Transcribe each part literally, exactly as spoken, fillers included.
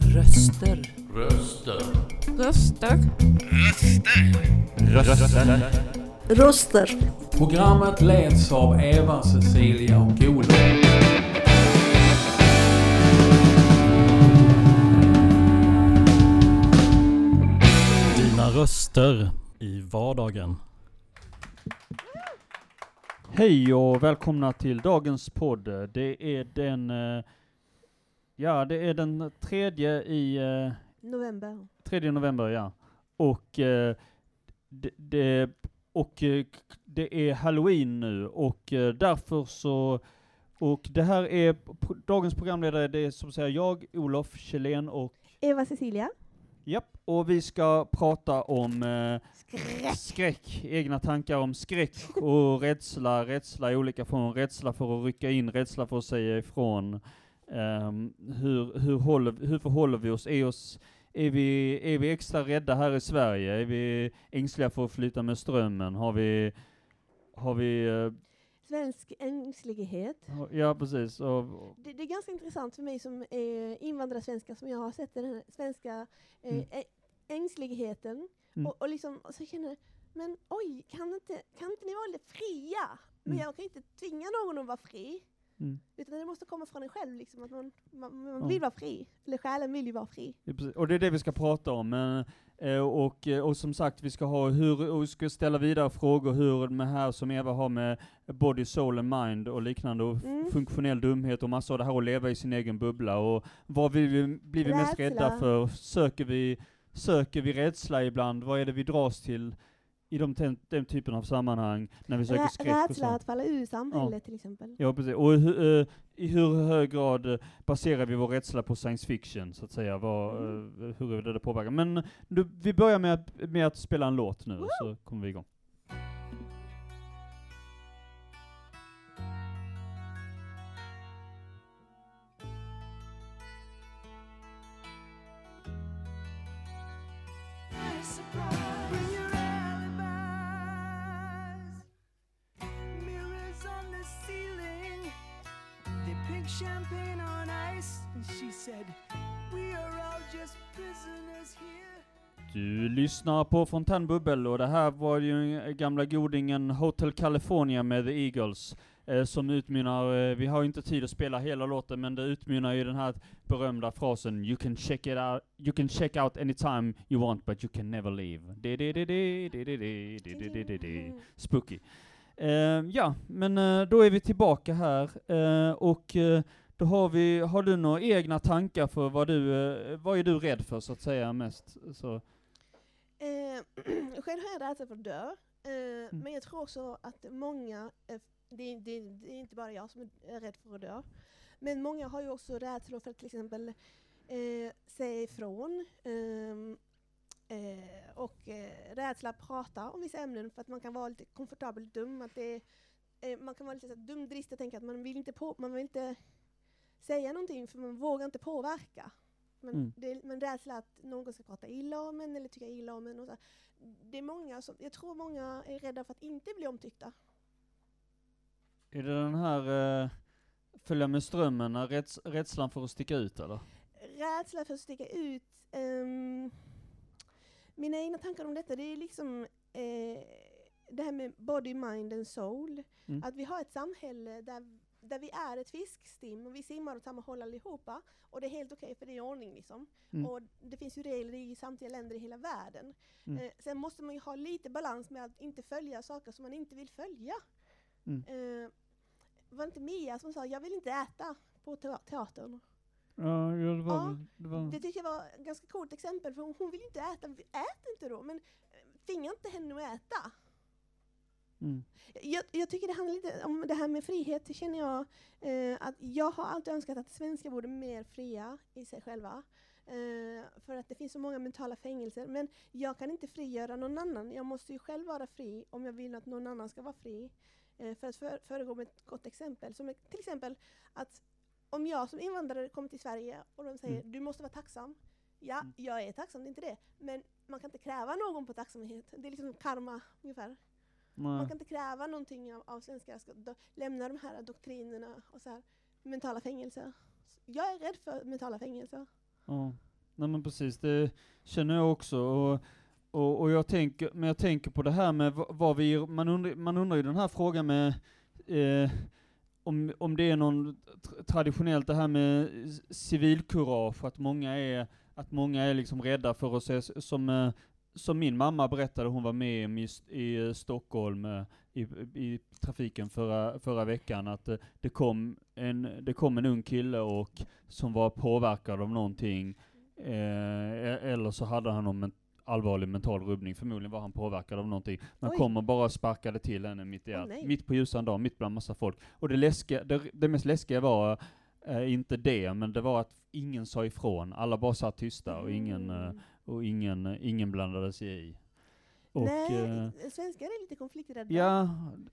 Röster. Röster. Röster. Röster. Röster. Röster. Programmet leds av Eva, Cecilia och Olof. Dina röster i vardagen. Hej och välkomna till dagens podd. Det är den eh, ja, det är den tredje i eh, november. tredje november, ja. Och eh, det, det och eh, det är Halloween nu och eh, därför så och det här är p- dagens programledare, det är som säger jag, Olof Kjellén och Eva Cecilia. japp, och vi ska prata om eh, Skräck. skräck, egna tankar om skräck och rädsla, rädsla i olika former, rädsla för att rycka in, rädsla för att säga ifrån. Um, hur, hur, håller, hur förhåller vi oss? Är, oss är, vi, är vi extra rädda här i Sverige? Är vi ängsliga för att flytta med strömmen? Har vi... Har vi uh, Svensk ängslighet. ja, precis. Och, Det, det är ganska intressant för mig som är invandrarsvenska, som jag har sett den här svenska eh, Mm. ä- ängsligheten. Mm. Och, och, liksom, och så känner jag, men oj, kan inte, kan inte ni vara lite fria? Men Mm. jag kan inte tvinga någon att vara fri. mm. Utan det måste komma från en själv, liksom, att man, man, man Ja. vill vara fri. Eller själen vill ju vara fri. Ja, precis. Och det är det vi ska prata om. Men, eh, och, eh, och som sagt, vi ska ha hur, och vi ska ställa vidare frågor hur med här som Eva har med body, soul and mind och liknande och f- Mm. funktionell dumhet och massor av det här att leva i sin egen bubbla. Och vad vill vi, blir vi mest Rädsla. rädda för? Söker vi, söker vi rädsla ibland? Vad är det vi dras till i de, ten, den typen av sammanhang när vi söker Rä- skräck och rädsla sånt? att falla ur samhället till exempel. Ja, precis. Och hu- eh, i hur hög grad eh, baserar vi vår rädsla på science fiction, så att säga, vad, Mm. eh, hur är det det påverkar. Men du, vi börjar med att, med att spela en låt nu, och så kommer vi igång. Bring your alibis. Mirrors on the ceiling. They pink champagne on ice. And she said, we are all just prisoners here. Du lyssnar på Fontänbubbel, och det här var ju gamla godingen Hotel California med The Eagles, eh, som utmynnar, eh, vi har ju inte tid att spela hela låten, men det utmynnar ju den här berömda frasen You can check it out, you can check out anytime you want, but you can never leave. Det det det det det det det det det det det Spooky. Eh, ja, men eh, då är vi tillbaka här, eh, och eh, då har vi, har du några egna tankar för vad du, eh, vad är du rädd för, så att säga, mest? Så. Eh, själv har jag rädsla för att dö. Eh, Men jag tror också att många, eh, det, det, det är inte bara jag som är rädd för att dö, men många har ju också rädsla för att till exempel eh, säga ifrån. ehm, eh, och eh, rädsla att prata om vissa ämnen för att man kan vara lite komfortabelt dum. Att det, eh, man kan vara lite så här dumdrist och tänka att man vill inte, på, man vill inte säga någonting för man vågar inte påverka. Men, Mm. det, men rädsla att någon ska prata illa om en eller tycka illa om en. Och så här. Det är många som, jag tror många är rädda för att inte bli omtyckta. Är det den här eh, följa med strömmen, räds, rädslan för att sticka ut, eller? Rädsla för att sticka ut. Um, mina egna tankar om detta, det är liksom eh, det här med body, mind and soul. Mm. Att vi har ett samhälle där, där vi är ett fiskstim och vi simmar åt samma håll allihopa. Och det är helt okej, för det är ordning liksom. Mm. Och det finns ju regler i samtliga länder i hela världen. Mm. Eh, sen måste man ju ha lite balans med att inte följa saker som man inte vill följa. Mm. Eh, var det inte Mia som sa jag vill inte äta på te- teatern? Ja, ja, det var, Ja, väl- det var Det tycker jag var ett ganska coolt exempel, för hon, hon vill inte äta. Ät inte då, men eh, tvinga inte henne att äta. mm. Jag, jag tycker det handlar lite om det här med frihet. Det känner jag eh, att jag har alltid önskat att svenskar borde mer fria i sig själva. Eh, för att det finns så många mentala fängelser. Men jag kan inte frigöra någon annan. Jag måste ju själv vara fri om jag vill att någon annan ska vara fri. Eh, för att för, föregå med ett gott exempel. Som till exempel att om jag som invandrare kommer till Sverige och de säger Mm. du måste vara tacksam. Ja, Mm. jag är tacksam, det är inte det. Men man kan inte kräva någon på tacksamhet. Det är liksom karma ungefär. Man Nej. kan inte kräva någonting av, av svenskar. Jag ska do, lämna de här doktrinerna och så här, mentala fängelser. Jag är rädd för mentala fängelser. Ja. Nej men precis, det känner jag också. Och, och, och jag tänker, men jag tänker på det här med vad, vad vi, man undrar, man undrar ju den här frågan med eh, om, om det är någon tr- traditionellt det här med civilkurage, att många är, att många är liksom rädda för att se, som, eh, som min mamma berättade, hon var med i, i Stockholm eh, i, i trafiken förra, förra veckan, att eh, det, kom en, det kom en ung kille och som var påverkad av någonting, eh, eller så hade han någon men, allvarlig mental rubbning, förmodligen var han påverkad av någonting. Man Oj. kom och bara sparkade till henne mitt i Åh, allt, nej. mitt på ljusan dag, mitt bland massa folk. Och det, läskiga, det, det mest läskiga var eh, inte det, men det var att ingen sa ifrån. Alla bara satt tysta och ingen, eh, Mm. och ingen, ingen blandade sig i. Och, Nej, eh, svenskar är lite konflikträdda. ja,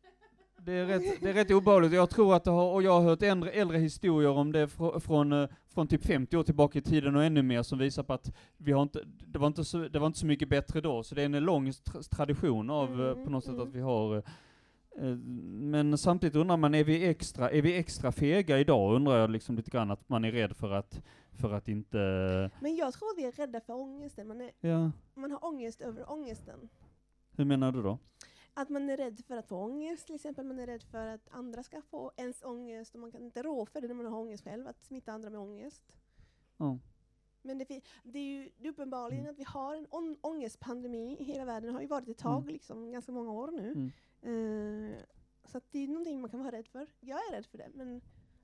det är rätt, det är rätt obehagligt. Jag tror att det har, och jag har hört äldre, äldre historier om det fr, från, eh, från typ femtio år tillbaka i tiden och ännu mer, som visar på att vi har inte, det var inte så, det var inte så mycket bättre då. Så det är en lång tra- tradition av eh, Mm, på något sätt mm. att vi har. eh, Men samtidigt undrar man, är vi extra, är vi extra fega idag? Undrar jag liksom lite grann, att man är rädd för att, för att inte. Men jag tror att vi är rädda för ångesten. Man, är, Ja, man har ångest över ångesten. hur menar du då? Att man är rädd för att få ångest, till exempel. Man är rädd för att andra ska få ens ångest, och man kan inte rå för det när man har ångest själv, att smitta andra med ångest. Ja. Men det, fi- det är ju det är uppenbarligen Mm. att vi har en ång- ångestpandemi i hela världen. Det har ju varit ett tag, Mm. liksom, ganska många år nu. Mm. Eh, så att det är någonting man kan vara rädd för. Jag är rädd för det, men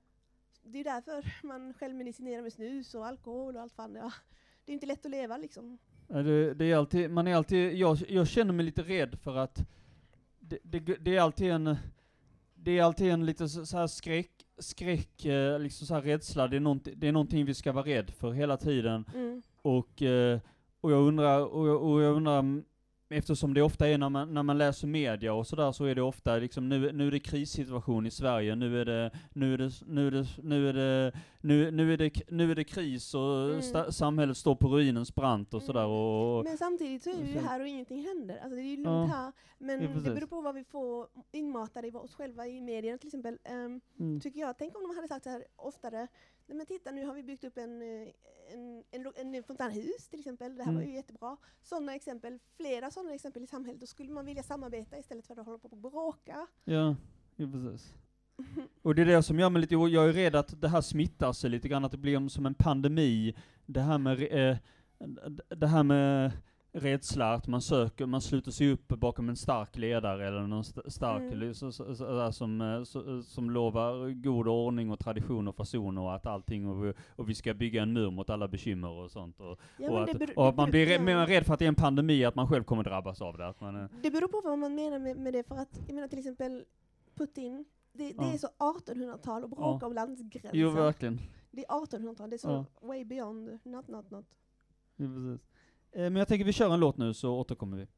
det är därför man självmedicinerar med snus och alkohol och allt fan. Ja. Det är inte lätt att leva liksom. Ja, Det, det är alltid, man är alltid, jag, jag känner mig lite rädd för att det, det, det är alltid en, det är alltid en lite så så här skräck, skräck, eh, liksom så här rädsla, det är, nånt, det är någonting vi ska vara rädd för hela tiden. Mm. Och, eh, och jag undrar, och jag, och jag undrar, mm, eftersom det ofta är när man, när man läser media och sådär, så är det ofta liksom, nu, nu är det krissituation i Sverige, nu är det, nu är det, nu är det, nu är det, nu, nu är det, nu är det kris och Mm. sta- samhället står på ruinens brant och Mm. sådär. Och, och, Men samtidigt så är vi ju så- här och ingenting händer. Alltså det är ju Ja. lugnt här. Men Ja, det precis. beror på vad vi får inmatade i oss själva i medierna till exempel. Um, mm. tycker jag. Tänk om de hade sagt så här oftare. Nej men titta, nu har vi byggt upp en, eh, en, en, lo- en fontänhus till exempel. Det här Mm. var ju jättebra. Sådana exempel, flera sådana exempel i samhället. Då skulle man vilja samarbeta istället för att hålla på och bråka. Ja, ja, precis. Och det är det som gör mig lite, o- jag är rädd att det här smittar sig lite grann, att det blir som en pandemi. Det här med, eh, d- det här med rädsla, att man söker, man sluter sig upp bakom en stark ledare eller någon st- stark, Mm. li- så, så, så, där som, eh, så, som lovar god ordning och tradition och fason och att allting, och, vi- och vi ska bygga en mur mot alla bekymmer och sånt. Och, Ja, och, men att, det beror- och att det man beror- blir rädd, ja. men man är rädd för att det är en pandemi, att man själv kommer drabbas av det. Att man, eh, Det beror på vad man menar med, med det. För att, jag menar till exempel Putin. Det, det Ja. är så artonhundratal och bråka Ja. om landsgränser. jo, verkligen. Det är artonhundratal, det är så Ja. way beyond, not, not, not. Ja, precis. Eh, men jag tänker vi kör en låt nu, så återkommer vi.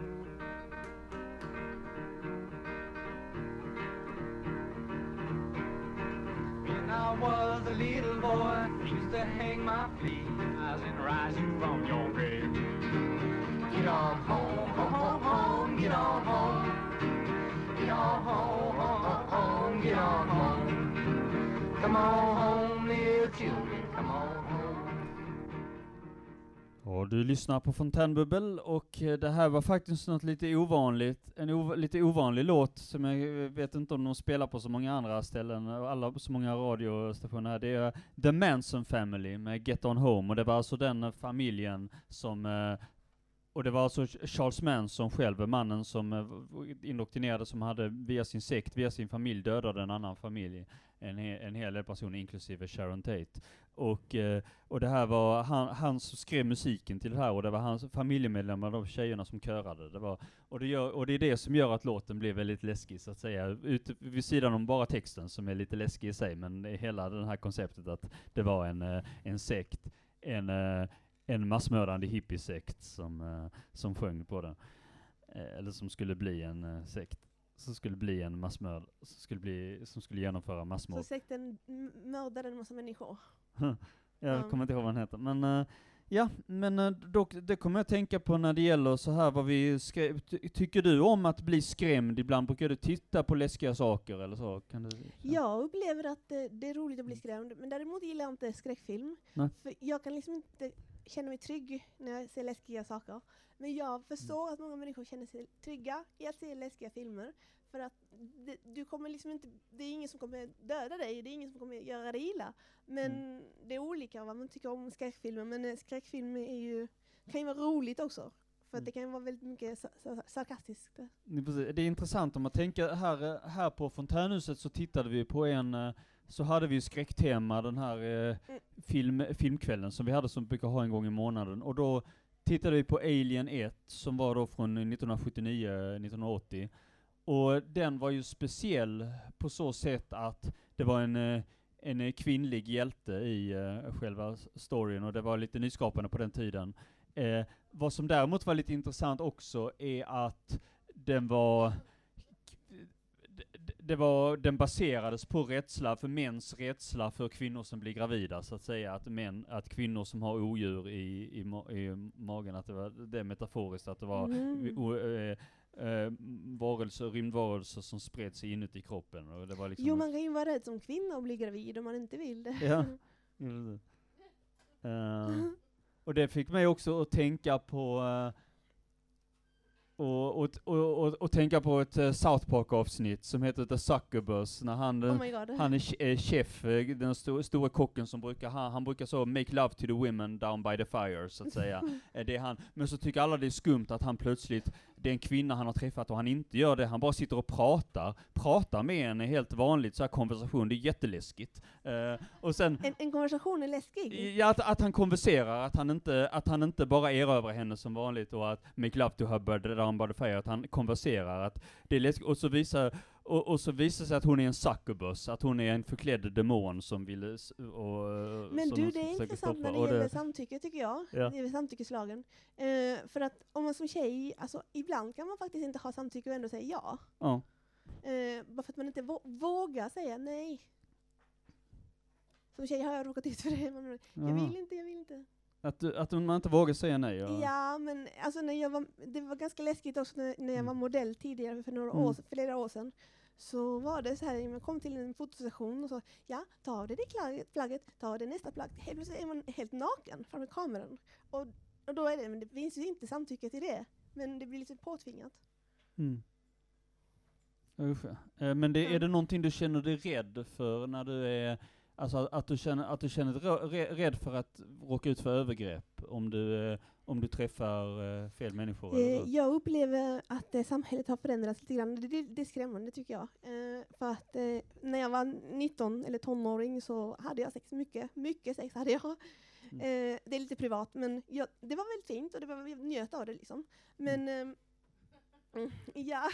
When I was a little boy, I used to hang my fleas and rise you from your grave. Get on home, home, home, home, get on home. Get on home, home, home, home, get on home. Come on home, little children, come on home. Och du lyssnar på Fontänbubbel, och eh, det här var faktiskt något lite ovanligt, en ov- lite ovanlig låt som jag eh, vet inte om de spelar på så många andra ställen, och alla så många radiostationer här. Det är The Manson Family med Get On Home, och det var alltså den eh, familjen som eh, och det var alltså Charles Manson själv, mannen som eh, indoktrinerade, som hade via sin sekt, via sin familj dödade en annan familj, en, he- en hel del personer inklusive Sharon Tate. Och, eh, och det här var han, han som skrev musiken till det här, och det var hans familjemedlemmar, de tjejerna som körade. Det var, och, det gör, och det är det som gör att låten blir väldigt läskig, så att säga. Ut, vid sidan om bara texten som är lite läskig i sig, men det är hela det här konceptet att det var en, eh, en sekt, en, eh, en massmördande hippiesekt som, eh, som sjöng på den. Eh, eller som skulle bli en eh, sekt. Som skulle bli en massmörd, som skulle, bli, som skulle genomföra Så massmord. sekten m- mördade en massa människor. Jag Ja. kommer inte ihåg vad han heter. Men, eh, Ja, men eh, dock, det kommer jag att tänka på när det gäller så här vad vi skrev. Ty- tycker du om att bli skrämd ibland? Brukar du titta på läskiga saker eller så? Kan du, Jag upplever att det, det är roligt att bli skrämd, men däremot gillar jag inte skräckfilm. Nej. För jag kan liksom inte känna mig trygg när jag ser läskiga saker. Men jag förstår att många människor känner sig trygga i att se läskiga filmer. För att det, du kommer liksom inte, det är ingen som kommer döda dig, det är ingen som kommer göra dig illa. Men Mm. det är olika vad man tycker om skräckfilmer. Men eh, skräckfilmer är ju, kan ju vara roligt också. För att Mm. det kan ju vara väldigt mycket sa- sa- sarkastiskt. Det är precis- det är intressant om man tänker här, eh, här på Fontänhuset så tittade vi på en, eh, så hade vi ju skräcktema den här eh, Mm. film, filmkvällen som vi hade som brukar ha en gång i månaden. Och då tittade vi på Alien ett som var då från nittonhundrasjuttionio nittonhundraåttio. Och den var ju speciell på så sätt att det var en, eh, en eh, kvinnlig hjälte i eh, själva s- storyn och det var lite nyskapande på den tiden. Eh, vad som däremot var lite intressant också är att den var d- det var, den baserades på rädsla för mäns rädsla för kvinnor som blir gravida, så att säga, att män, att kvinnor som har odjur i, i, ma- i magen, att det var det är metaforiskt, att det var Mhm. o, eh, eh, varelser, rymdvarelser som spred sig inuti kroppen. Och det var liksom Jo, man kan ju vara rädd som kvinna och bli gravid om man inte vill det. Ja. Eh, och det fick mig också att tänka på eh, och, och, och, och, och tänka på ett eh, South Park-avsnitt som heter The Succubus, när han, eh, Oh my god. han är ch- eh, chef, eh, den sto- stora kocken som brukar, han, han brukar så make love to the women down by the fire, så att säga. Eh, det är han. Men så tycker alla det är skumt att han plötsligt, det är en kvinna han har träffat och han inte gör det, han bara sitter och pratar, pratar med en helt vanligt så här konversation, det är jätteläskigt. Eh, och sen, En, en konversation är läskig. ja, att, att han konverserar, att han, inte, att han inte bara erövrar henne som vanligt och att make love to her but down by the fire, att han konverserar, att det är läskigt, och så visar och, och så visar sig att hon är en succubus, att hon är en förklädd demon som vill s- och, Men som du, hon det är försöker intressant stoppa. när det Och gäller samtycke, tycker jag. Ja. Det är samtyckeslagen. Eh, för att om man som tjej, alltså ibland kan man faktiskt inte ha samtycke och ändå säga ja. Ja. Eh, bara för att man inte vå- vågar säga nej. Som tjej har jag råkat ut för det. Man, jag Jaha. vill inte, jag vill inte. Att, du, att man inte vågar säga nej. Ja. Ja, men alltså när jag var, det var ganska läskigt också när, när jag var Mm. modell tidigare för några Mm. år, för flera år sedan. Så var det så här, jag kom till en fotosession och så, ja, ta av dig det flagget, flagget, ta av dig nästa plagg. Helt plötsligt är man helt naken framför kameran. Och, och då är det, men det finns ju inte samtycke till det. Men det blir lite påtvingat. Mm. Usch, ja. Eh, Men det, Ja. är det någonting du känner dig rädd för när du är, alltså att du känner, att du känner dig rö- re- rädd för att råka ut för övergrepp om du, eh, om du träffar eh, fel människor? eller Eh, så? jag upplever att eh, samhället har förändrats lite grann. Det, det, det är skrämmande, tycker jag. Eh, för att eh, när jag var nitton eller tonåring så hade jag sex mycket. Mycket sex hade jag. Mm. Eh, det är lite privat, men jag, det var väldigt fint och det var, jag njöt av det liksom. Men ehm, mm, ja,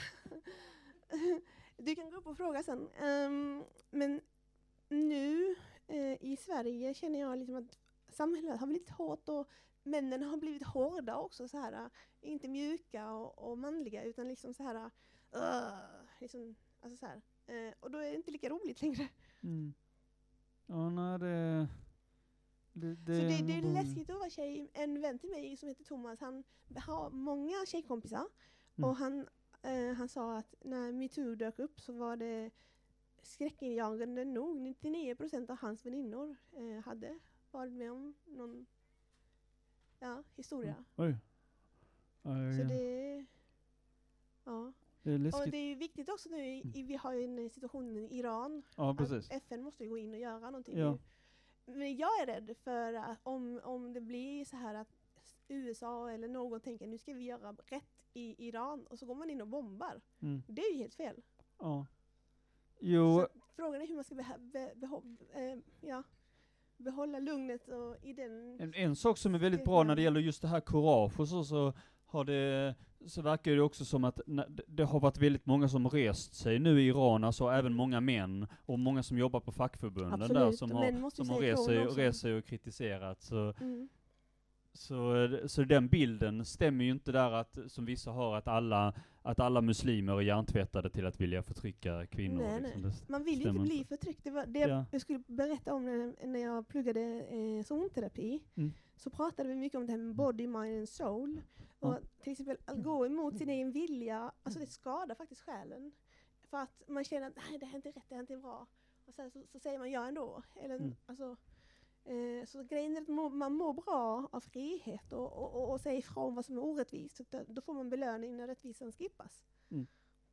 du kan gå upp och fråga sen. Ehm, men nu eh, i Sverige känner jag liksom att samhället har blivit hårt och männen har blivit hårda också, så här, inte mjuka och, och manliga, utan liksom så här, uh, liksom, alltså så här. Eh, och då är det inte lika roligt längre. Mm. Ja, nej, det... Det, det, Så det, det är nog- läskigt att vara tjej. En vän till mig som heter Thomas, han har många tjejkompisar. Mm. Och han, eh, han sa att när MeToo dök upp så var det skräckinjagande nog. nittionio procent av hans väninnor eh, hade varit med om någon ja, historia. Oj. Ja, ja, Så ja. det, ja. det är Och läskigt. det är ju viktigt också nu, i, i, vi har ju en situation i Iran. Ja, Att precis. F N måste ju gå in och göra någonting Ja. nu. Men jag är rädd för att om, om det blir så här att U S A eller någon tänker nu ska vi göra rätt i Iran och så går man in och bombar. Mm. Det är ju helt fel. Ja. Jo, Så frågan är hur man ska beha- be, beho- eh, ja, behålla lugnet och i den... En, en sak som är väldigt bra när det gäller just det här courage och så, så har det, så verkar det också som att när, det- det har varit väldigt många som rest sig nu i Iran, alltså även många män och många som jobbar på fackförbunden Absolut, där som och har, män måste ju som har säga rest ifrån sig, också. rest sig och kritiserat. Så, Mm. så, så den bilden stämmer ju inte där att, som vissa har, att alla, att alla muslimer är hjärntvättade till att vilja förtrycka kvinnor. Nej, liksom. nej. Det Man vill ju inte stämmer bli inte. förtryckt. Det var det Ja. jag skulle berätta om när, när jag pluggade eh, zonterapi. Mm. Så pratade vi mycket om det här med body, mind and soul. Ja. Och till exempel att gå emot sin egen vilja, alltså det skadar faktiskt själen. För att man känner att nej, det här är inte rätt, det här är inte bra. Och sen så, så säger man ja ändå. Eller, Mm. alltså, eh, så grejen är att må, man mår bra av frihet och, och, och, och säga ifrån vad som är orättvist. Så då, då får man belöning när rättvisan skippas. Mm.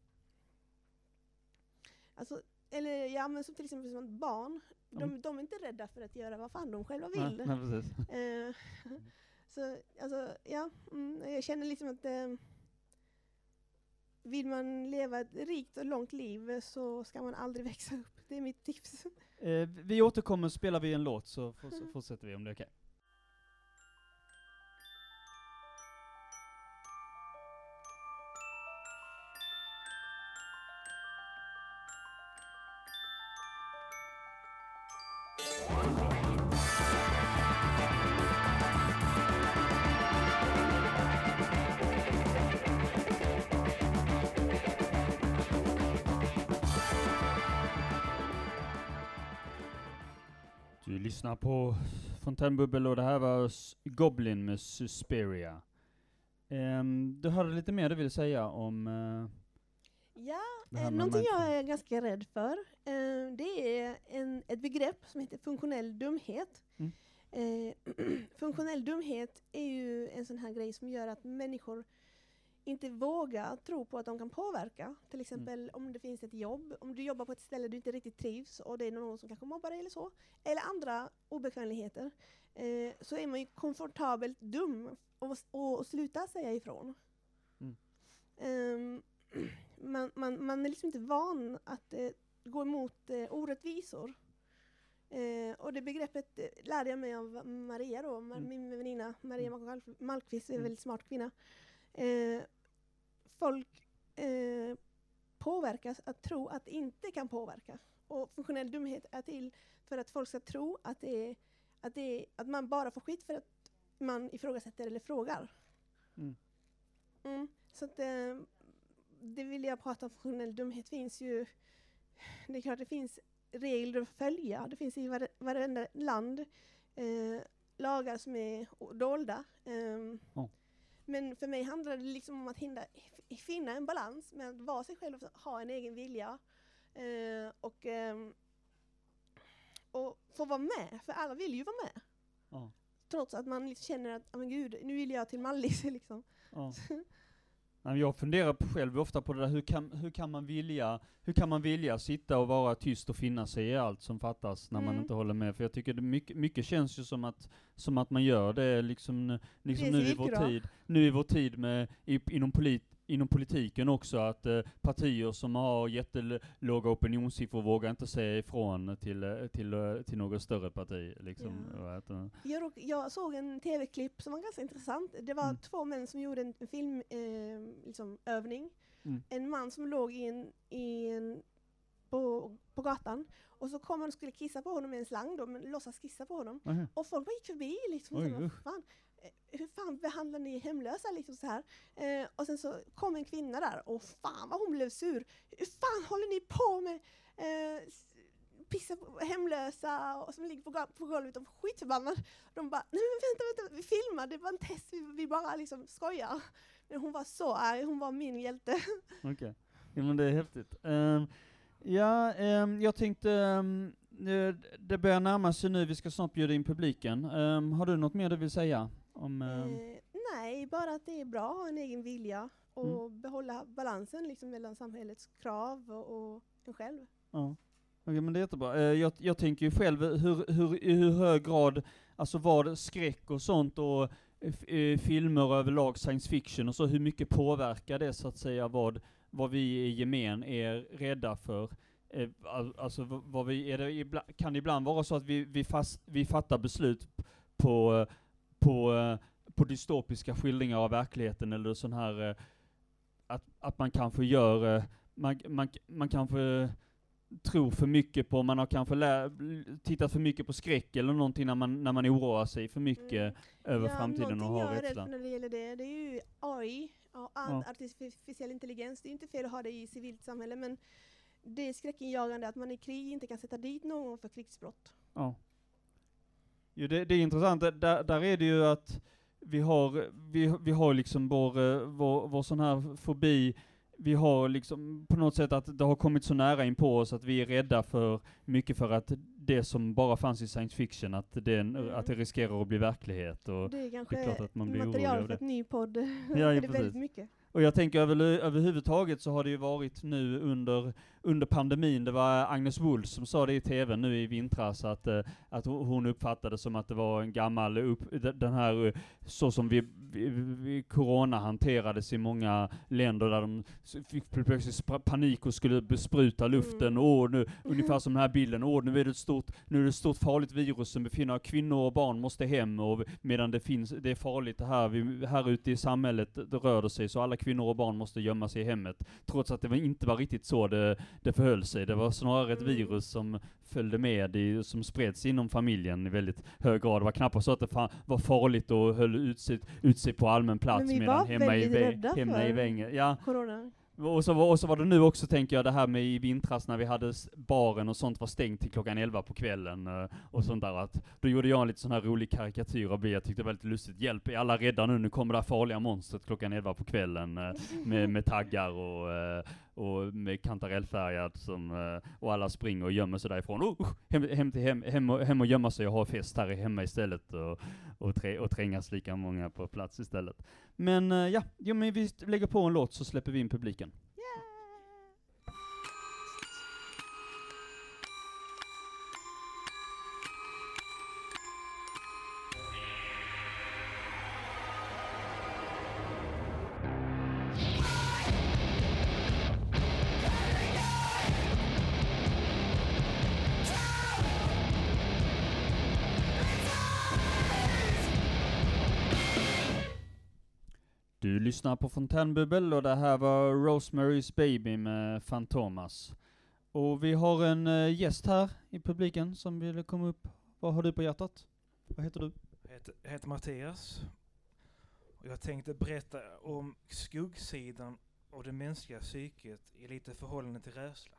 Alltså, eller ja, men som till exempel som ett barn. De, Mm. de är inte rädda för att göra vad fan de själva Nej, vill. nej, precis. Eh, så alltså, ja, mm, jag känner liksom att eh, vill man leva ett rikt och långt liv så ska man aldrig växa upp. Det är mitt tips. Eh, vi återkommer, spelar vi en låt så forts- Mm. fortsätter vi om det är okej. Du lyssnar på Fontänbubbel och det här var S- Goblin med Suspiria. Um, du hade lite mer du ville säga om uh, Ja, det här eh, med någonting jag mindful- är ganska rädd för, eh, det är en, ett begrepp som heter funktionell dumhet. Mm. Eh, funktionell dumhet är ju en sån här grej som gör att människor inte vågar tro på att de kan påverka. Till exempel om det finns ett jobb, om du jobbar på ett ställe du inte riktigt trivs och det är någon som kanske mobbar dig eller så, eller andra obekvämligheter, eh, så är man ju komfortabelt dum och, och, och sluta säga ifrån. Mm. Ehm, man, man, man är liksom inte van att eh, gå emot eh, orättvisor. Eh, och det begreppet eh, lärde jag mig av Maria då, Ma- Mm. min väninna Maria Malk- Malmqvist är en Mm. väldigt smart kvinna. Eh, folk eh, påverkas att tro att det inte kan påverka. Och funktionell dumhet är till för att folk ska tro att, det är, att, det är, att man bara får skit för att man ifrågasätter eller frågar. Mm. Mm. Så att, eh, det vill jag prata om. Funktionell dumhet finns ju, det är klart det finns regler att följa. Det finns i var, varenda land eh, lagar som är o- dolda. ehm, Ja. Men för mig handlar det liksom om att hinna, f- finna en balans med att vara sig själv och ha en egen vilja. Eh, och, ehm, och få vara med, för alla vill ju vara med. Ja. Trots att man liksom känner att, oh, men gud, nu vill jag till Mallis liksom. Ja. Nej, men jag funderar på själv ofta på det där, hur kan, hur kan man vilja, hur kan man vilja sitta och vara tyst och finna sig i allt som fattas när man Mm. inte håller med? För jag tycker det mycket, mycket känns ju som att, som att man gör det liksom, liksom Det är nu i vår civilkurage. tid, nu i vår tid med, i, inom, polit, inom politiken också, att eh, partier som har jättelåga opinionssiffror vågar inte säga ifrån till, eh, till, eh, till något större parti. Liksom. Ja. Vad heter det? Jag, råk- jag såg en tv-klipp som var ganska intressant. Det var Mm. två män som gjorde en film, eh, liksom, övning. Mm. En man som låg i en, i en, på, på gatan och så kom han och skulle kissa på honom med en slang då, men låtsas kissa på honom. Aha. Och folk bara gick förbi liksom. Oj, Och så, vad usch. fan, eh, hur fan behandlar ni hemlösa liksom så här? Eh, och sen så kom en kvinna där och fan vad hon blev sur. Hur fan håller ni på med? Eh, s- pissa på hemlösa och som ligger på, ga- på golvet och skitförbannad. De bara, nej men vänta, vänta, vi filmar, det var en test, vi, vi bara liksom skojar. Men hon var så arg, hon var min hjälte. Okej, ja, men det är häftigt. Ehm, ja, ehm, jag tänkte, um, det börjar närma sig nu, vi ska snart bjuda in publiken. Ehm, har du något mer du vill säga? Om, ehm, Eh, nej, bara att det är bra att ha en egen vilja och Mm. behålla balansen liksom mellan samhällets krav och, och en själv. Ja, okej, men det är jättebra. Eh, jag, jag tänker ju själv hur, hur, i hur hög grad, alltså vad skräck och sånt och eh, f- eh, filmer överlag, science fiction och så, hur mycket påverkar det så att säga vad, vad vi i gemen är rädda för? Eh, al- alltså v- vad vi, är det ibla, kan det ibland vara så att vi, vi, fast, vi fattar beslut p- på, eh, på, eh, på dystopiska skildringar av verkligheten eller sån här, eh, att, att man kanske gör, eh, man, man, man kanske tror för mycket på, man har kanske lä- tittat för mycket på skräck eller någonting när man, när man oroar sig för mycket Mm. över ja, framtiden och någonting har jag är rädd rädsla. för när det gäller det, det är ju A I, ja, Ja. artificiell intelligens. Det är inte fel att ha det i civilt samhälle, men det är skräckinjagande att man i krig inte kan sätta dit någon för krigsbrott. Ja. Jo, det, det är intressant. Där, där är det ju att vi har, vi, vi har liksom vår, eh, vår, vår sån här fobi. Vi har liksom på något sätt att det har kommit så nära in på oss att vi är rädda för mycket för att det som bara fanns i science fiction, att det, Mm. att det riskerar att bli verklighet. Och, Det är kanske det är klart att man blir orolig material av för ett det. ny podd. Ja, det ja, är precis. väldigt mycket. och jag tänker över, överhuvudtaget så har det ju varit nu under, under pandemin, det var Agnes Wold som sa det i tv nu i vintras, att, eh, att hon uppfattade som att det var en gammal, upp, den här, eh, så som vi, vi, vi corona hanterades i många länder där de s- fick plötsligt spra- panik och skulle bespruta luften, Mm. och nu, ungefär som den här bilden, och nu är det ett stort, nu är det ett stort farligt virus som befinner, kvinnor och barn måste hem, och medan det finns, det är farligt det här, vi, här ute i samhället, det rör det sig, så alla kvinnor och barn måste gömma sig i hemmet, trots att det var inte var riktigt så det, det förhöll sig. Det var snarare ett Mm. virus som följde med, i, som spreds inom familjen i väldigt hög grad. Det var knappast så att det fa- var farligt och höll ut sig, ut sig på allmän plats, Men vi medan var hemma i, väldigt vä- rädda hemma i för vängen. Ja. Corona. Och så, var, och så var det nu också, tänker jag, det här med i vintras när vi hade s- baren och sånt var stängt till klockan elva på kvällen eh, och sånt där, att då gjorde jag en lite sån här rolig karikatyr av det. Jag tyckte det var lite lustigt. Hjälp, är alla rädda nu? Nu kommer det här farliga monstret klockan elva på kvällen eh, med, med taggar och, eh, och med kantarellfärgad som, eh, och alla springer och gömmer sig därifrån. Oh, hem, hem, till hem, hem, och, hem och gömma sig och ha fest här hemma istället, och, och, trä, och trängas lika många på plats istället. Men eh, ja, jo, men vi lägger på en låt så släpper vi in publiken. Du lyssnar på Fontänbubbel och det här var Rosemary's Baby med Fantomas. Och vi har en uh, gäst här i publiken som vill komma upp. Vad har du på hjärtat? Vad heter du? Jag heter, jag heter Mattias. Och jag tänkte berätta om skuggsidan av det mänskliga psyket i lite förhållande till rädsla.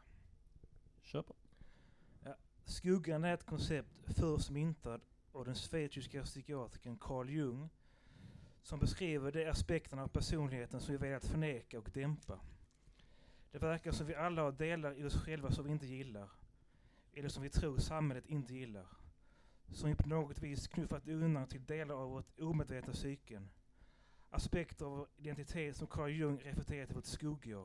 Kör på. Ja, skuggan är ett koncept först myntad av den schweiziska psykiatrikern Carl Jung, som beskriver de aspekterna av personligheten som vi velat förneka och dämpa. Det verkar som vi alla har delar i oss själva som vi inte gillar, eller som vi tror samhället inte gillar, som vi på något vis knuffat undan till delar av vårt omedvetna psyken. Aspekter av vår identitet som Carl Jung refererar till vårt skuggjar.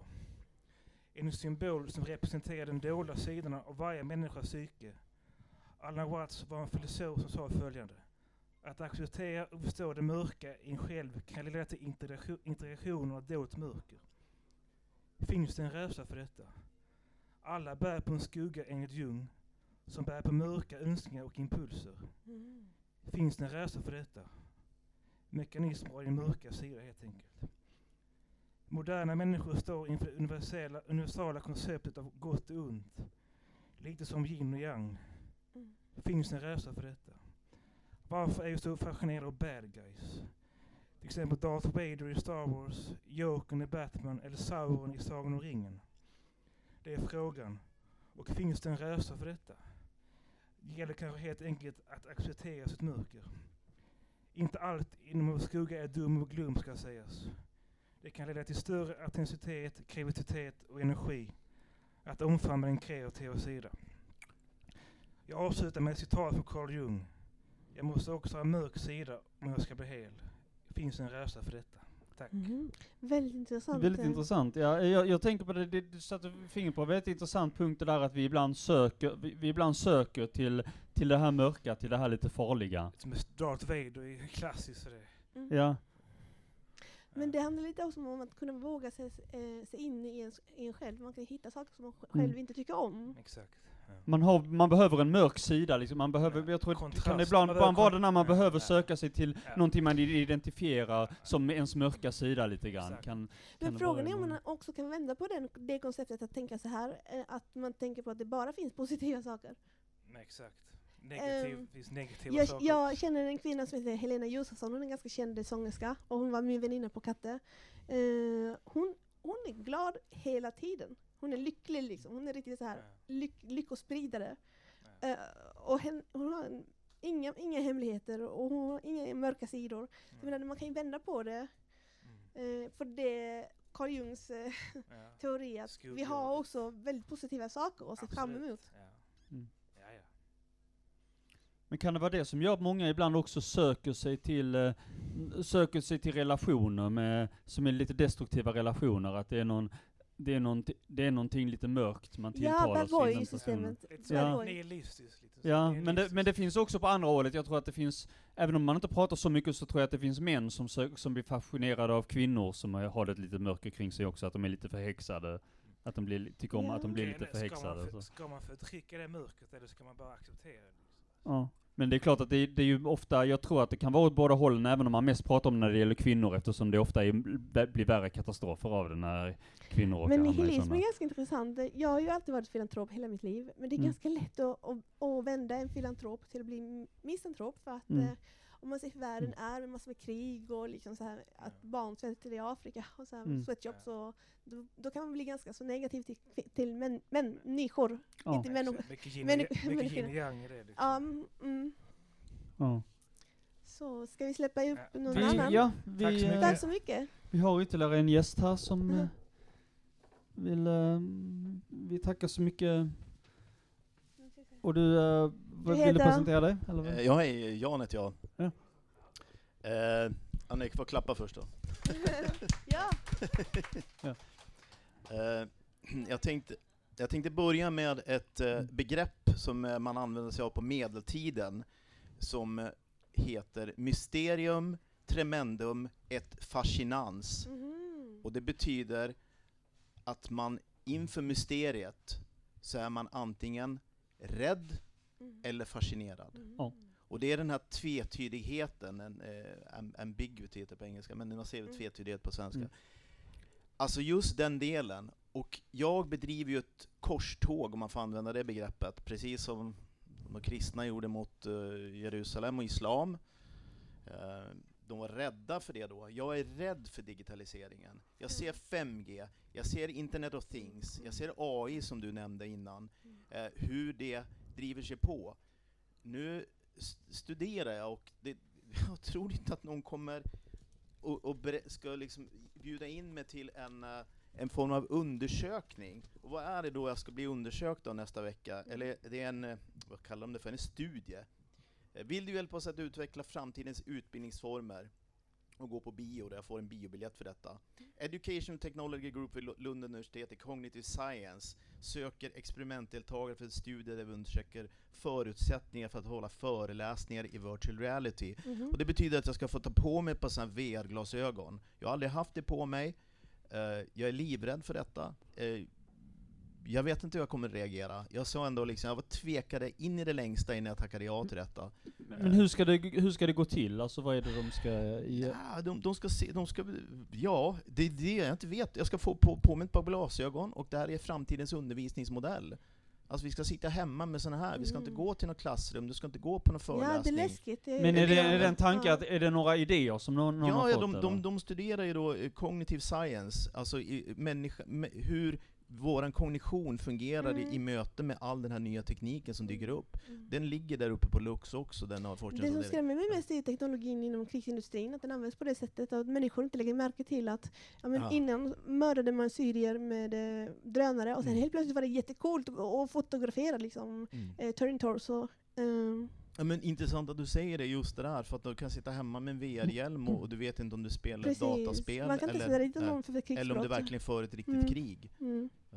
En symbol som representerar den dolda sidan av varje människas psyke. Alan Watts var en filosof som sa följande: att acceptera och förstå det mörka i en själv kan leda till integration, integration av dolt mörker. Finns det en rädsla för detta? Alla bär på en skugga enligt Jung, som bär på mörka önskningar och impulser. Mm. Finns det en rädsla för detta? Mekanismer av den mörka sidan helt enkelt. Moderna människor står inför det universella, universala konceptet av gott och ont. Lite som yin och yang. Mm. Finns det en rädsla för detta? Varför är vi så fascinerade av bad guys? Till exempel Darth Vader i Star Wars, Jokern i Batman eller Sauron i Sagan om ringen. Det är frågan. Och finns det en rädsla för detta? Det gäller kanske helt enkelt att acceptera sitt mörker. Inte allt inom vår skugga är dum och glöm, ska sägas. Det kan leda till större intensitet, kreativitet och energi. Att omfamna den kreativa sida. Jag avslutar med ett citat från Carl Jung. Jag måste också ha en mörk sida om jag ska bli hel. Finns en rädsla för detta. Tack. Mhm. Väldigt intressant. Väldigt eh. intressant. Ja, jag, jag tänker på det, det du satte fingret på en väldigt intressant punkt, det där att vi ibland söker, vi, vi ibland söker till, till det här mörka, till det här lite farliga. Som Darth Vader är klassiskt för det. Mm. Ja. Men det handlar lite också om att kunna våga sig, eh, sig in i en, i en själv. Man kan hitta saker som man sj- Mm. själv inte tycker om. Exakt. Man, har, man behöver en mörk sida, liksom. Man behöver, Ja. jag tror att det Kontrast. kan ibland Man bara behöver vara kon- det när man ja, behöver ja. söka sig till Ja. någonting man identifierar Ja. som ens mörka sida lite grann. Exakt. Kan, Men det frågan vara är om en- man också kan vända på den, det konceptet att tänka så här, eh, att man tänker på att det bara finns positiva saker. Nej, exakt. Negativ, Ehm, finns negativa Jag, saker. jag känner en kvinna som heter Helena Josefsson, hon är en ganska känd sångerska och hon var min väninna på Katte. Eh, hon, hon är glad hela tiden. Hon är lycklig liksom, hon är riktigt så här Ja. lyck, lyckospridare. Ja. Eh, och hen, hon har en, inga, inga hemligheter och hon har inga mörka sidor. Jag Mm. menar, man kan ju vända på det. Mm. Eh, för det Carl Jungs eh, Ja. teori att vi Skuggor. har också väldigt positiva saker att se fram Absolut. emot. Ja. Mm. Ja, ja. Men kan det vara det som gör att många ibland också söker sig till eh, söker sig till relationer med, som är lite destruktiva relationer, att det är någon det är, någonting, det är någonting lite mörkt man Ja, tilltalar bad sig inom boy-systemet. Lite Bad så Ja. boy. nihilistiskt. Lite så Ja, men det, nihilistiskt. men det finns också på andra hållet. Jag tror att det finns, även om man inte pratar så mycket, så tror jag att det finns män som, sök, som blir fascinerade av kvinnor som har har ett litet mörker kring sig också, att de är lite förhäxade. Att de blir, tycker om Ja. att de blir Okej, lite nu ska förhäxade. man, för, Så. ska man förtrycka det mörkret eller ska man bara acceptera det? Liksom? Ja. Men det är klart att det, det är ju ofta, jag tror att det kan vara åt båda hållen, även om man mest pratar om när det gäller kvinnor, eftersom det ofta är, blir värre katastrofer av det när kvinnor råkar Men hamna i nihilism sådana. är ganska intressant. Jag har ju alltid varit filantrop hela mitt liv. Men det är Mm. ganska lätt att, att, att vända en filantrop till att bli misantrop. För att Mm. eh, om man ser hur världen är med massor med krig och liksom så här, att Ja. barn svälter i Afrika och så här, Mm. sweatshops. Så, då, då kan man bli ganska så negativ till, till män, människor. Ja. Inte män och, Exakt. Mycket yin, människ- mycket yin människor. och yang i det. Liksom. Ja, mm, mm. Ja. Så ska vi släppa upp Ja. någon Tack så annan? Vi, ja, Tack vi, så eh, mycket. Tack så mycket. vi har ytterligare en gäst här som Ja. eh, vill, eh, vi tackar så mycket. Och du, eh, vad- vill du heter? presentera dig? Eller vad? Eh, Jag är Jan heter jag. Ja. Eh, Annika får klappa först då. Ja. Eh, jag, tänkte, jag tänkte börja med ett eh, begrepp som eh, man använder sig av på medeltiden som eh, heter mysterium tremendum et fascinans. Mhm. Och det betyder att man inför mysteriet så är man antingen rädd Mm. eller fascinerad. Mm. Ja. Och det är den här tvetydigheten, en eh, am- ambiguity heter det på engelska, men man säger Mm. tvetydighet på svenska. Mm. Alltså just den delen. Och jag bedriver ju ett korståg, om man får använda det begreppet, precis som de kristna gjorde mot uh, Jerusalem och islam. Uh, de var rädda för det då. Jag är rädd för digitaliseringen. Jag ser fem G, jag ser Internet of Things, jag ser A I som du nämnde innan. Uh, hur det driver sig på. Nu st- studerar jag och det, jag tror inte att någon kommer och, och ber- ska liksom bjuda in mig till en, uh, en form av undersökning. Och vad är det då jag ska bli undersökt av nästa vecka? Eller det är en, uh, vad kallar de det för, en studie. Uh, vill du hjälpa oss att utveckla framtidens utbildningsformer och gå på bio där jag får en biobiljett för detta? Education Technology Group vid Lu- Lund universitet i Cognitive Science söker experimentdeltagare för en studie där vi undersöker förutsättningar för att hålla föreläsningar i virtual reality. Mhm. Och det betyder att jag ska få ta på mig ett par sådana V R-glasögon. Jag har aldrig haft det på mig. Uh, jag är livrädd för detta. Uh, jag vet inte hur jag kommer reagera. Jag sa ändå liksom, jag var tvekade in i det längsta innan jag tackade ja till detta. Men hur ska, det, hur ska det gå till? Alltså vad är det de ska... ge- Ja, de, de ska se, de ska, ja, det är det jag inte vet. Jag ska få på, på mig ett par glasögon och det här är framtidens undervisningsmodell. Alltså vi ska sitta hemma med såna här, vi ska inte Mm. gå till något klassrum, du ska inte gå på någon Ja, det är föreläsning. läskigt. Det Men är det, ja, är det en tanke ja. att, är det några idéer som någon, någon Ja, har ja fått? de, eller? de, de studerar ju då eh, cognitive science, alltså i, människa, me, hur våran kognition fungerar Mm. i, i möte med all den här nya tekniken som dyker upp. Mm. Den ligger där uppe på Lux också, den har Det som forskningsavdelningen. skrämmer mig mest är teknologin inom krigsindustrin, att den används på det sättet att människor inte lägger märke till att ja, men Ja. innan mördade man syrier med eh, drönare och sen Mm. helt plötsligt var det jättecoolt att att fotografera liksom, Mm. eh, Turning Torso. ehm, Ja, men intressant att du säger det just det där, för att du kan sitta hemma med en V R-hjälm och, och du vet inte om du spelar precis. dataspel Man kan inte eller, sätta dit eh, någon för krigsbrott. eller om det verkligen för ett riktigt Mm. krig. Mm. Uh,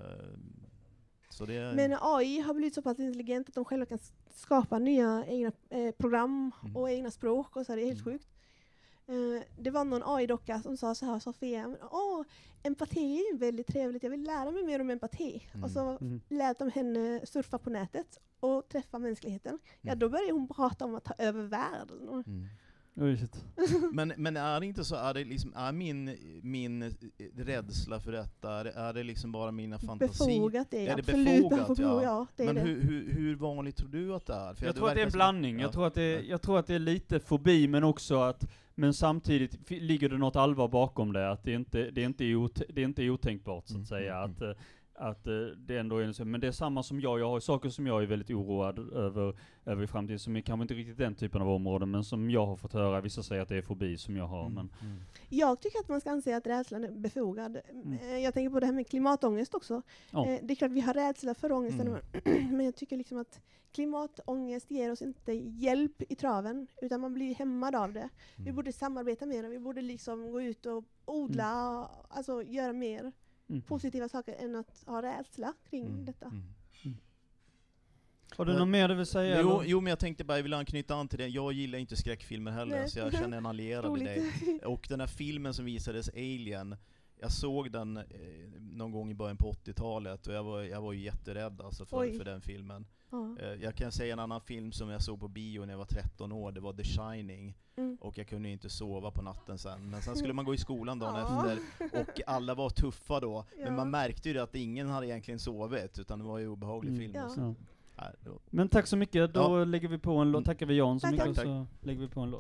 så det är, Men A I har blivit så pass intelligent att de själva kan s- skapa nya egna eh, program Mm. och egna språk och så här, det är helt Mm. sjukt. Eh, det var någon A I-docka som sa så här, Sofia, åh, empati är ju väldigt trevligt, jag vill lära mig mer om empati. Mm. Och så Mm. lät de henne surfa på nätet och träffa mänskligheten. Ja, Mm. då började hon prata om att ta över världen. Och Mm. Oj, shit. Men, men är det inte så, är det liksom, är min, min rädsla för detta, är det, är det liksom bara mina fantasier? befogat det är, Är det absolut befogat? befogat, Ja. ja, det är Men det. hur, hur, hur vanligt tror du att det är? För Jag det tror att det är en verkar som- blandning. Ja. Jag, tror att det är, Ja. jag tror att det är lite fobi, men också att, men samtidigt f- ligger det något allvar bakom det, att det inte, det är inte, ot, det är inte otänkbart så att Mm, säga, mm, att, eh, att eh, det ändå är så. Men det är samma som jag, jag har saker som jag är väldigt oroad över, över i framtiden, som är kanske inte riktigt den typen av områden, men som jag har fått höra, vissa säger att det är fobi som jag har, Mm, men mm. Jag tycker att man ska anse att rädslan är befogad. Mm. Eh, Jag tänker på det här med klimatångest också. Ja. Eh, Det är klart vi har rädsla för ångesten, Mm. men jag tycker liksom att klimatångest ger oss inte hjälp i traven, utan man blir hämmad av det. Vi Mm. borde samarbeta mer, vi borde liksom gå ut och odla, alltså göra mer mm. positiva saker än att ha rädsla kring Mm, detta. mm. Har du något mer du vill säga? Jo, eller? jo, men jag tänkte bara, jag vill anknyta an till det. Jag gillar inte skräckfilmer heller, Nej. så jag känner en allierad med dig. Roligt. Och den här filmen som visades, Alien, jag såg den eh, någon gång i början på åttiotalet och jag var, jag var ju jätterädd alltså för, Oj. för den filmen. Ja. Eh, jag kan säga en annan film som jag såg på bio när jag var tretton år, det var The Shining. Mm. Och jag kunde inte sova på natten sen. Men sen skulle man gå i skolan dagen Ja. efter och alla var tuffa då. Ja. Men man märkte ju att ingen hade egentligen sovit, utan det var ju obehaglig Mm. film. Ja. Så, Ja. nej, det var- Men tack så mycket, då Ja. lägger vi på en låt. Mm. Tackar vi Jan så Tack, mycket, tack. så lägger vi på en låt.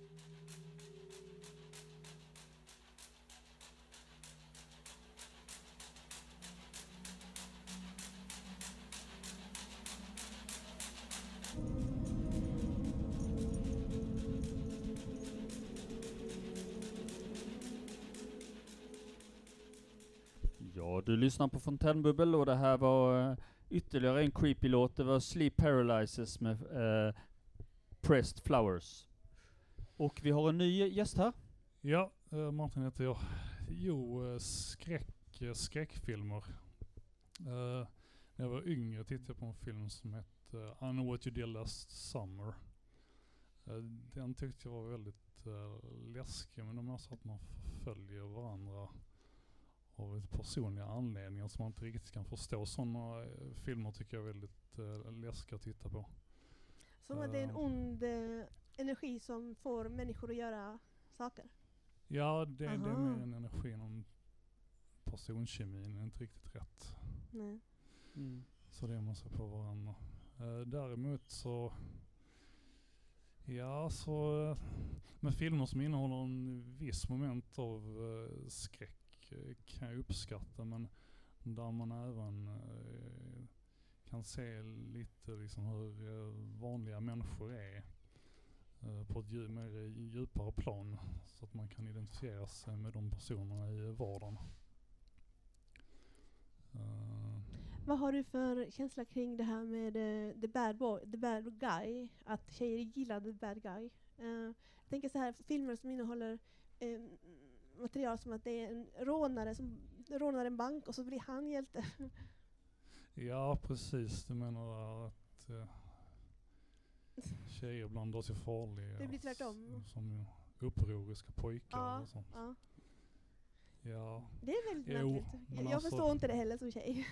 Ja, du lyssnar på Fontänbubbel och det här var uh, ytterligare en creepy låt. Det var Sleep Paralysis med uh, Pressed Flowers. Och vi har en ny gäst här. Ja, eh, Martin heter jag. Jo, eh, skräck, eh, skräckfilmer. Eh, när jag var yngre tittade jag på en film som hette uh, I Know What You Did Last Summer. Eh, den tyckte jag var väldigt eh, läskig, men de är så att man följer varandra av lite personliga anledningar som man inte riktigt kan förstå. Sådana eh, filmer tycker jag är väldigt eh, läskiga att titta på. Som att det är en Ja. ond eh, energi som får människor att göra saker. Ja, det, det är Aha. mer en energi än personkemin, är inte riktigt rätt. Nej. Mm. Så det man ser på varandra. Eh, däremot så, ja så, eh, med filmer som innehåller en viss moment av eh, skräck eh, kan jag uppskatta, men där man även eh, kan se lite liksom hur eh, vanliga människor är eh, på ett dju- mer djupare plan, så att man kan identifiera sig med de personerna i vardagen. Eh, Vad har du för känsla kring det här med uh, the, bad boy, the bad guy? Att tjejer gillar the bad guy. Uh, jag tänker så här, filmer som innehåller uh, material som att det är en rånare som rånar en bank och så blir han hjälte. Ja, precis. Du menar att eh, tjejer blandar sig farliga. Det blir tvärtom. s- Som upproriska pojkar Ja, och sånt. ja. Ja, Det är väldigt Jo, märkligt. men Jag, jag alltså- förstår inte det heller som tjej.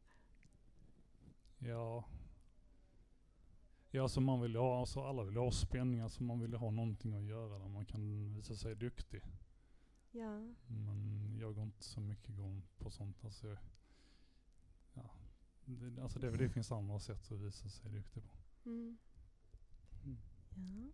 ja. Ja, så man vill ha, alltså alla vill ha spänning, alltså man vill ha någonting att göra där man kan visa sig duktig. Ja. Men jag går inte så mycket igång på sånt. Alltså, jag- ja. Det, alltså det, det finns andra sätt att visa sig duktig på. Mm. Mm. Ja.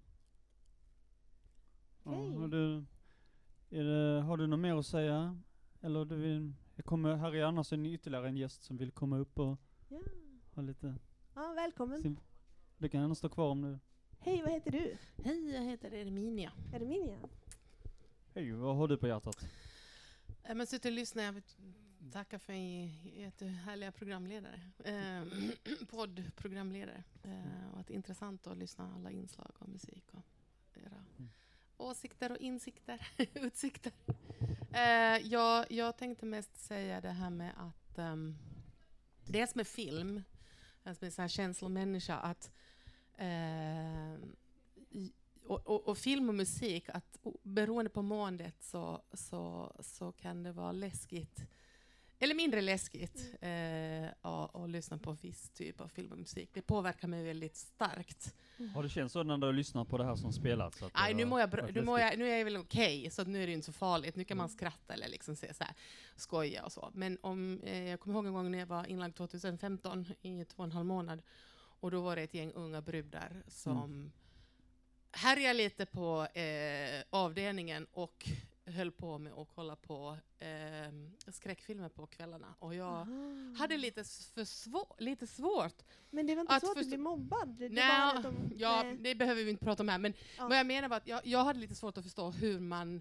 Ja, Okej. har, du, är det, har du något mer att säga? Eller du vill, jag kommer, här är annars en ytterligare en gäst som vill komma upp och Ja. ha lite... Ja, välkommen. Sim- Du kan gärna stå kvar om du... Hej, vad heter du? Hej, jag heter Erminia. Är det Minja? Hej, vad har du på hjärtat? Eh, Men sitter och lyssnar. Jag vill tacka för jättehärliga programledare. Eh, poddprogramledare. Eh, och att det är intressant att lyssna på alla inslag av musik och era Mm. åsikter och insikter, utsikter. Eh, jag, jag tänkte mest säga det här med att um, dels med film, jag som är en sån här känslomänniska, att eh, i, och, och, och film och musik, att o- beroende på måendet så, så, så kan det vara läskigt. Eller mindre läskigt mm. eh, att, att lyssna på viss typ av film och musik. Det påverkar mig väldigt starkt. Mm. Har det känts så när du lyssnar på det här som spelats? Nej, nu, mår jag bra, nu, mår jag, nu är jag väl okej, okay, så att nu är det inte så farligt. Nu kan man skratta eller liksom se så här, skoja och så. Men om, eh, jag kommer ihåg en gång när jag var inlagd tjugohundrafemton i två och en halv månad. Och då var det ett gäng unga brudar som mm. härjade lite på eh, avdelningen och höll på med att kolla på eh, skräckfilmer på kvällarna. Och jag Aha. hade lite, för svår, lite svårt. Men det var inte att så att förstå- du blev mobbad? Det, nej, var att de, ja, nej. det behöver vi inte prata om här. Men ja. vad jag menar var att jag, jag hade lite svårt att förstå hur man,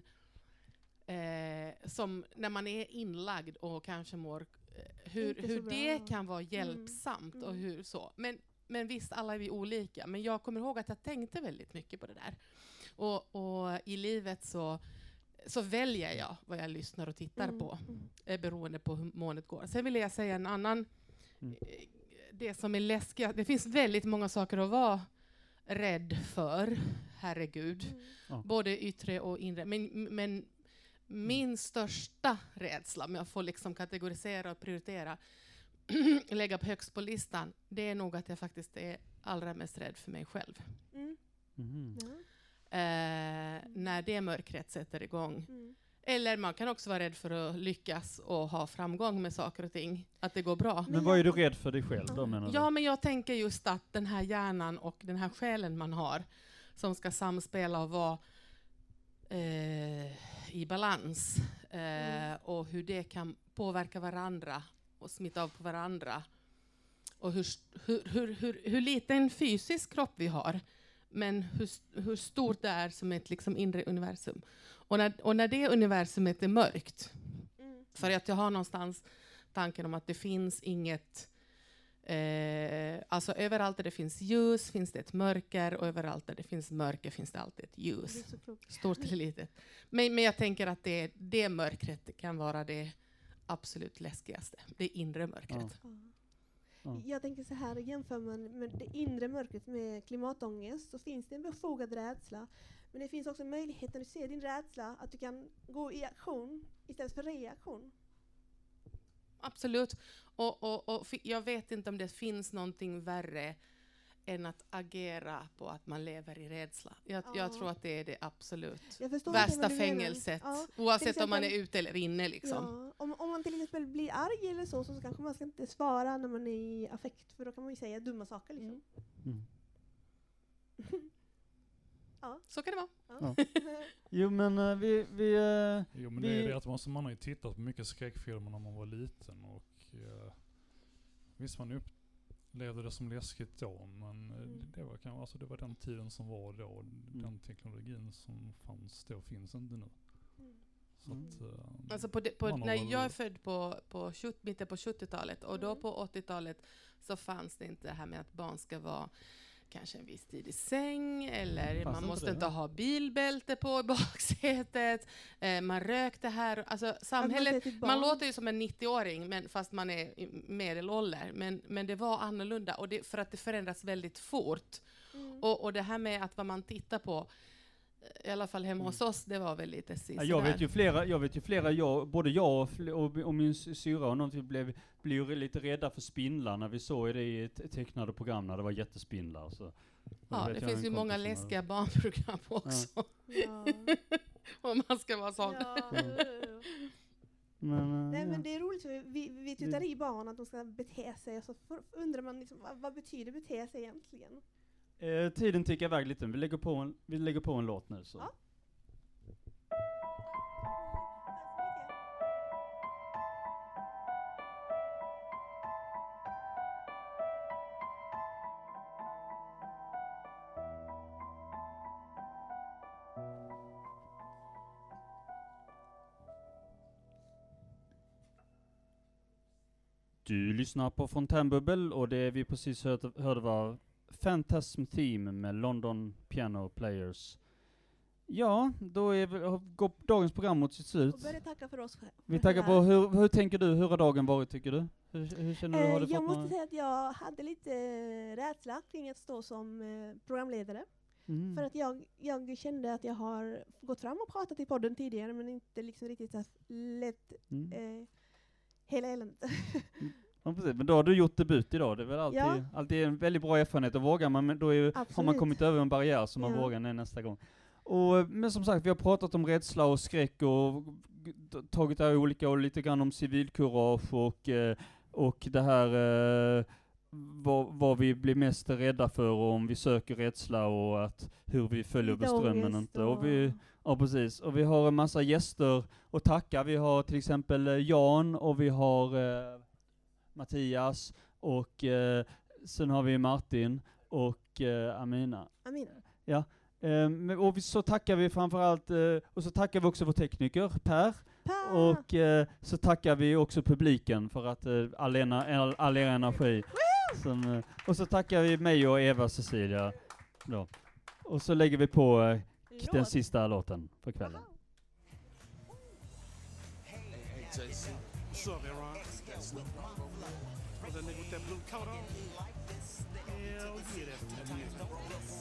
eh, som när man är inlagd och kanske mår, eh, hur, hur det kan vara hjälpsamt mm. och hur så. Men, men visst, alla är vi olika. Men jag kommer ihåg att jag tänkte väldigt mycket på det där. Och, och i livet så så väljer jag vad jag lyssnar och tittar mm. på eh, beroende på hur månet går. Sen vill jag säga en annan mm. eh, det som är läskigt. Det finns väldigt många saker att vara rädd för. Herregud. Mm. Ja. Både yttre och inre. Men, men min största rädsla, om jag får liksom kategorisera och prioritera lägga på högst på listan, det är nog att jag faktiskt är allra mest rädd för mig själv. Mm. Mm. Ja. Eh, när det mörkret sätter igång. Mm. Eller man kan också vara rädd för att lyckas och ha framgång med saker och ting. Att det går bra. Men vad är du rädd för dig själv då, menar du? Ja, men jag tänker just att den här hjärnan och den här själen man har som ska samspela och vara eh, i balans eh, mm. och hur det kan påverka varandra och smitta av på varandra. Och hur, hur, hur, hur, hur liten fysisk kropp vi har. Men hur, hur stort det är som ett liksom inre universum. Och när, och när det universumet är mörkt. Mm. För att jag har någonstans tanken om att det finns inget... Eh, alltså överallt där det finns ljus finns det ett mörker. Och överallt där det finns mörker finns det alltid ett ljus. Stort eller litet. Men, men jag tänker att det, det mörkret kan vara det absolut läskigaste. Det inre mörkret. Ja. Ja. Jag tänker så här, jämför man med det inre mörkret med klimatångest så finns det en befogad rädsla. Men det finns också möjlighet när du ser din rädsla att du kan gå i aktion istället för reaktion. Absolut. Och, och, och f- jag vet inte om det finns någonting värre än att agera på att man lever i rädsla. Jag, ja. jag tror att det är det absolut värsta fängelset. Ja, oavsett exempel, om man är ute eller inne. Liksom. Ja, om, om man till exempel blir arg eller så, så kanske man ska inte svara när man är i affekt. För då kan man ju säga dumma saker. Liksom. Mm. Ja. Så kan det vara. Ja. Jo men uh, vi... vi uh, jo men vi det är det att man, man har ju tittat på mycket skräckfilmer när man var liten. Och uh, visst man upplevde det som läskigt då. Men uh, mm. det, var, kan, alltså, det var den tiden som var då. Mm. Den teknologin som fanns då finns inte nu. Mm. Så att, uh, alltså på de, på, när jag är född på, på mitten på sjuttiotalet och mm. då på åttiotalet så fanns det inte det här med att barn ska vara kanske en viss tid i säng eller Fast man måste inte ha bilbälte på baksätet. Eh, man rökte här. Alltså samhället, man, man låter ju som en nittioåring men fast man är i medelålder. Men, men det var annorlunda och det, för att det förändras väldigt fort. Mm. Och, och det här med att vad man tittar på i alla fall hemma hos oss, det var väl lite sist. Ja, jag vet ju flera, jag vet ju flera, jag, både jag och, och, och min syra och någonting blev, blev lite rädda för spindlar när vi såg det i ett tecknade program när det var jättespindlar. Så. Ja, det finns ju många läskiga hade... barnprogram också. Ja. Om man ska vara sån. Ja. Ja. Men, uh, Nej, ja. men det är roligt för vi, vi tutar i barn att de ska bete sig och så för, undrar man liksom, vad, vad betyder bete sig egentligen? Eh, tiden tickar iväg lite. Vi lägger på en, vi lägger på en låt nu. Så. Ja. Du lyssnar på Fontänbubbel och det vi precis hörde, hörde var Phantasm Theme med London Piano Players. Ja, då är vi, går dagens program mot sitt slut. Och börjar tacka för oss. För vi tackar på, hur, hur tänker du, hur har dagen varit tycker du? Hur, hur känner du? Eh, har du jag fått måste några... säga att jag hade lite rädsla kring att stå som eh, programledare. Mm. För att jag, jag kände att jag har gått fram och pratat i podden tidigare men inte liksom riktigt så här lätt Mm. eh, hela eländet. Ja, precis. Men då har du gjort debut idag. Det är väl alltid, Ja. alltid en väldigt bra erfarenhet. Och vågar man, men då är ju, har man Absolut. kommit över en barriär som man Ja. vågar nästa gång. Och, men som sagt, vi har pratat om rädsla och skräck och g- t- tagit här olika och lite grann om civilkurage och, eh, och det här eh, vad, vad vi blir mest rädda för och om vi söker rädsla och att hur vi följer Lite strömmen ångest inte. Och vi, ja, precis. Och vi har en massa gäster att tacka. Vi har till exempel eh, Jan och vi har eh, Mattias och eh, sen har vi Martin och eh, Amina. Amina. Ja, eh, men- och vi, så tackar vi framförallt, eh, och så tackar vi också vår tekniker Per, Pa! och eh, så tackar vi också publiken för att eh, all, ena, all, all er energi. Som, eh, och så tackar vi mig och Eva Cecilia då. Och så lägger vi på eh, den Låt. sista låten för kvällen. Hey, Jason. What's up, Aaron? What's that nigga with that blue coat on? Hell yeah, that's that nigga.